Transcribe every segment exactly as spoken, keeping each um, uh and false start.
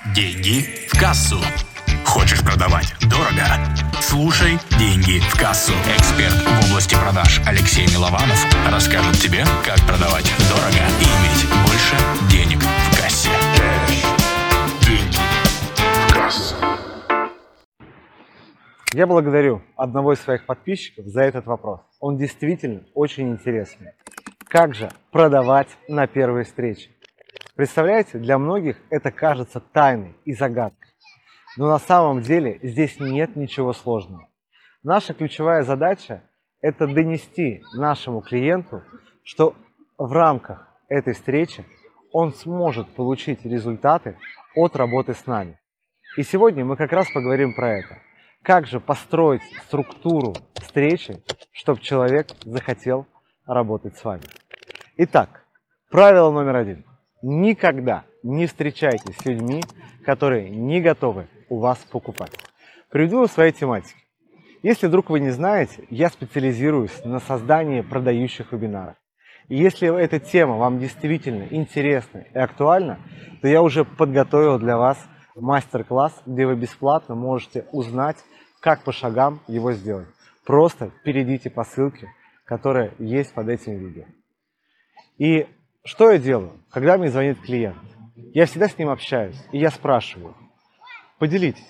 Деньги в кассу. Хочешь продавать дорого? Слушай «Деньги в кассу». Эксперт в области продаж Алексей Милованов расскажет тебе, как продавать дорого и иметь больше денег в кассе. Деньги в кассу. Я благодарю одного из своих подписчиков за этот вопрос. Он действительно очень интересный. Как же продавать на первой встрече? Представляете, для многих это кажется тайной и загадкой. Но на самом деле здесь нет ничего сложного. Наша ключевая задача – это донести нашему клиенту, что в рамках этой встречи он сможет получить результаты от работы с нами. И сегодня мы как раз поговорим про это. Как же построить структуру встречи, чтобы человек захотел работать с вами. Итак, правило номер один. Никогда не встречайтесь с людьми, которые не готовы у вас покупать. Приведу в своей тематике. Если вдруг вы не знаете, я специализируюсь на создании продающих вебинаров. И если эта тема вам действительно интересна и актуальна, то я уже подготовил для вас мастер-класс, где вы бесплатно можете узнать, как по шагам его сделать. Просто перейдите по ссылке, которая есть под этим видео. И что я делаю, когда мне звонит клиент? Я всегда с ним общаюсь, и я спрашиваю: поделитесь,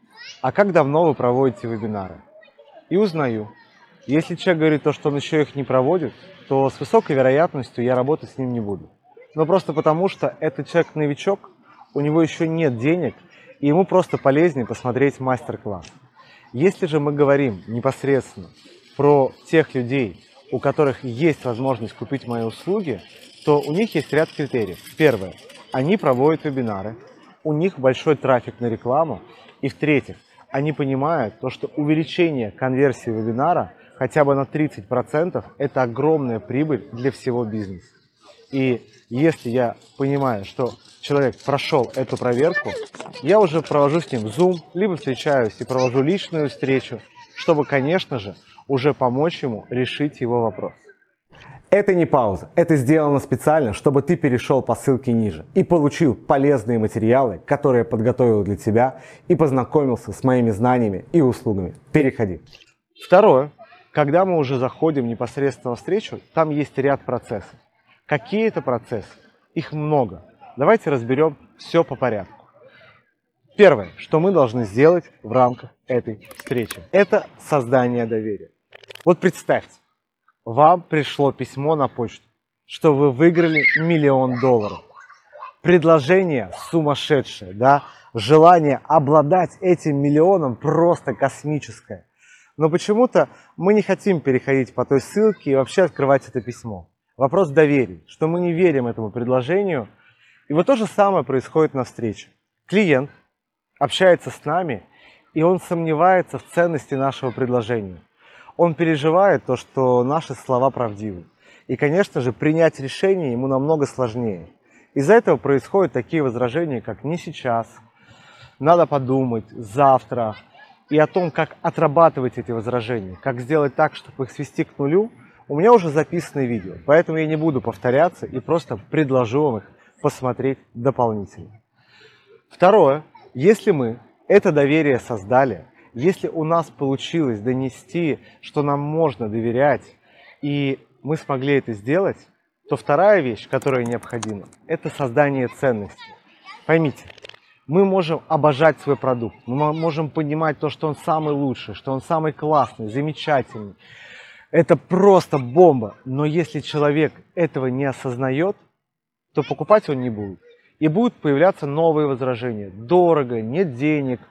а как давно вы проводите вебинары? И узнаю. Если человек говорит то, что он еще их не проводит, то с высокой вероятностью я работать с ним не буду. Но просто потому, что этот человек новичок, у него еще нет денег, и ему просто полезнее посмотреть мастер-класс. Если же мы говорим непосредственно про тех людей, у которых есть возможность купить мои услуги, то у них есть ряд критериев. Первое. Они проводят вебинары, у них большой трафик на рекламу. И в-третьих, они понимают, то, что увеличение конверсии вебинара хотя бы на тридцать процентов – это огромная прибыль для всего бизнеса. И если я понимаю, что человек прошел эту проверку, я уже провожу с ним Zoom, либо встречаюсь и провожу личную встречу, чтобы, конечно же, уже помочь ему решить его вопрос. Это не пауза, это сделано специально, чтобы ты перешел по ссылке ниже и получил полезные материалы, которые я подготовил для тебя, и познакомился с моими знаниями и услугами. Переходи. Второе. Когда мы уже заходим непосредственно в встречу, там есть ряд процессов. Какие это процессы? Их много. Давайте разберем все по порядку. Первое, что мы должны сделать в рамках этой встречи, это создание доверия. Вот представьте, вам пришло письмо на почту, что вы выиграли миллион долларов. Предложение сумасшедшее, да? Желание обладать этим миллионом просто космическое. Но почему-то мы не хотим переходить по той ссылке и вообще открывать это письмо. Вопрос доверия, что мы не верим этому предложению. И вот то же самое происходит на встрече. Клиент общается с нами, и он сомневается в ценности нашего предложения. Он переживает то, что наши слова правдивы. И, конечно же, принять решение ему намного сложнее. Из-за этого происходят такие возражения, как «не сейчас», «надо подумать», «завтра». И о том, как отрабатывать эти возражения, как сделать так, чтобы их свести к нулю, у меня уже записано видео. Поэтому я не буду повторяться и просто предложу вам их посмотреть дополнительно. Второе. Если мы это доверие создали, если у нас получилось донести, что нам можно доверять, и мы смогли это сделать, то вторая вещь, которая необходима, это создание ценности. Поймите, мы можем обожать свой продукт, мы можем понимать то, что он самый лучший, что он самый классный, замечательный. Это просто бомба, но если человек этого не осознает, то покупать он не будет. И будут появляться новые возражения. Дорого, нет денег.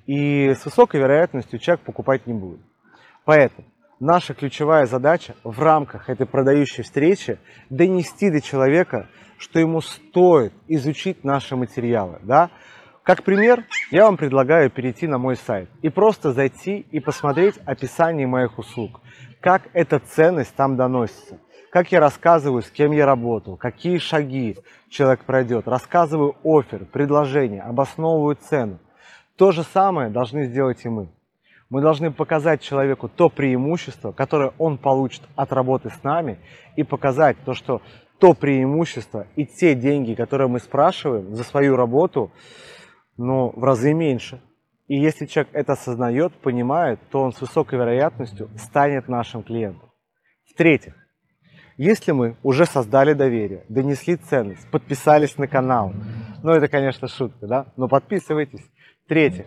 И с высокой вероятностью человек покупать не будет. Поэтому наша ключевая задача в рамках этой продающей встречи донести до человека, что ему стоит изучить наши материалы. Да? Как пример, я вам предлагаю перейти на мой сайт и просто зайти и посмотреть описание моих услуг. Как эта ценность там доносится. Как я рассказываю, с кем я работал, какие шаги человек пройдет. Рассказываю оффер, предложение, обосновываю цену. То же самое должны сделать и мы. Мы должны показать человеку то преимущество, которое он получит от работы с нами, и показать то, что то преимущество и те деньги, которые мы спрашиваем за свою работу, но в разы меньше. И если человек это осознает, понимает, то он с высокой вероятностью станет нашим клиентом. В-третьих, если мы уже создали доверие, донесли ценность, подписались на канал, ну это, конечно, шутка, да, но подписывайтесь. В-третьих,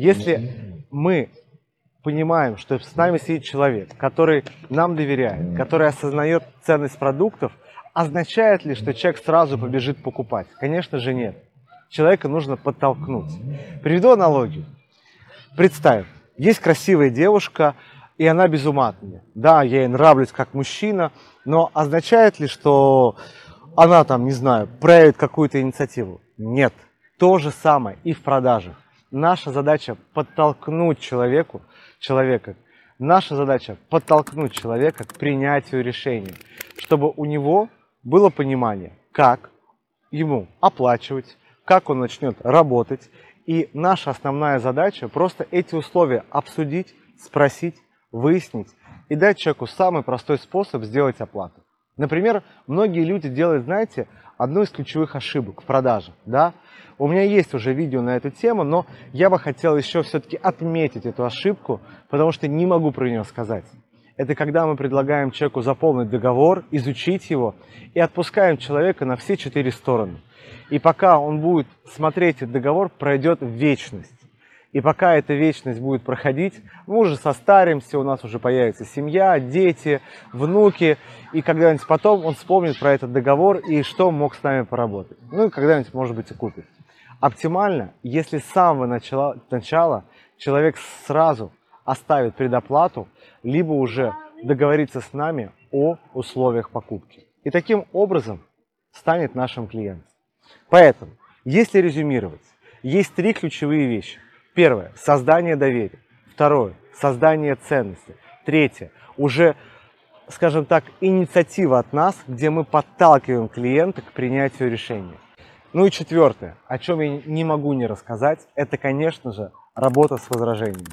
если мы понимаем, что с нами сидит человек, который нам доверяет, который осознает ценность продуктов, означает ли, что человек сразу побежит покупать? Конечно же нет. Человека нужно подтолкнуть. Приведу аналогию. Представь, есть красивая девушка, и она без ума от меня. Да, я ей нравлюсь как мужчина, но означает ли, что она там, не знаю, проявит какую-то инициативу? Нет. То же самое и в продажах. Наша задача подтолкнуть человеку, человека. Наша задача подтолкнуть человека к принятию решения, чтобы у него было понимание, как ему оплачивать, как он начнет работать. И наша основная задача просто эти условия обсудить, спросить, выяснить и дать человеку самый простой способ сделать оплату. Например, многие люди делают, знаете, одну из ключевых ошибок в продаже. Да? У меня есть уже видео на эту тему, но я бы хотел еще все-таки отметить эту ошибку, потому что не могу про нее сказать. Это когда мы предлагаем человеку заполнить договор, изучить его и отпускаем человека на все четыре стороны. И пока он будет смотреть этот договор, пройдет вечность. И пока эта вечность будет проходить, мы уже состаримся, у нас уже появится семья, дети, внуки. И когда-нибудь потом он вспомнит про этот договор и что мог с нами поработать. Ну и когда-нибудь, может быть, и купит. Оптимально, если с самого начала, начала человек сразу оставит предоплату, либо уже договорится с нами о условиях покупки. И таким образом станет нашим клиентом. Поэтому, если резюмировать, есть три ключевые вещи. Первое – создание доверия. Второе – создание ценности. Третье – уже, скажем так, инициатива от нас, где мы подталкиваем клиента к принятию решения. Ну и четвертое, о чем я не могу не рассказать, это, конечно же, работа с возражениями.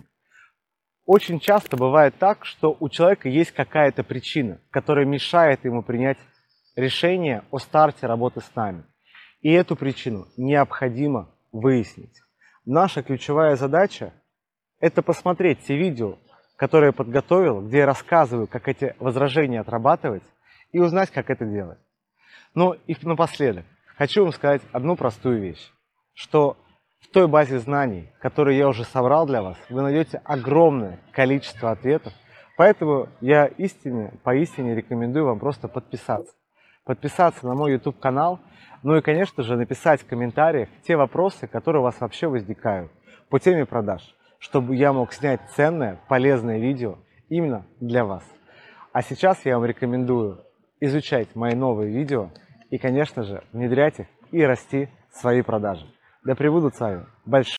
Очень часто бывает так, что у человека есть какая-то причина, которая мешает ему принять решение о старте работы с нами. И эту причину необходимо выяснить. Наша ключевая задача – это посмотреть те видео, которые я подготовил, где я рассказываю, как эти возражения отрабатывать, и узнать, как это делать. Ну и напоследок, хочу вам сказать одну простую вещь, что в той базе знаний, которую я уже собрал для вас, вы найдете огромное количество ответов, поэтому я истине, поистине рекомендую вам просто подписаться. Подписаться на мой YouTube канал, ну и, конечно же, написать в комментариях те вопросы, которые у вас вообще возникают по теме продаж, чтобы я мог снять ценное, полезное видео именно для вас. А сейчас я вам рекомендую изучать мои новые видео и, конечно же, внедрять их и расти свои продажи. Да пребудут с вами большие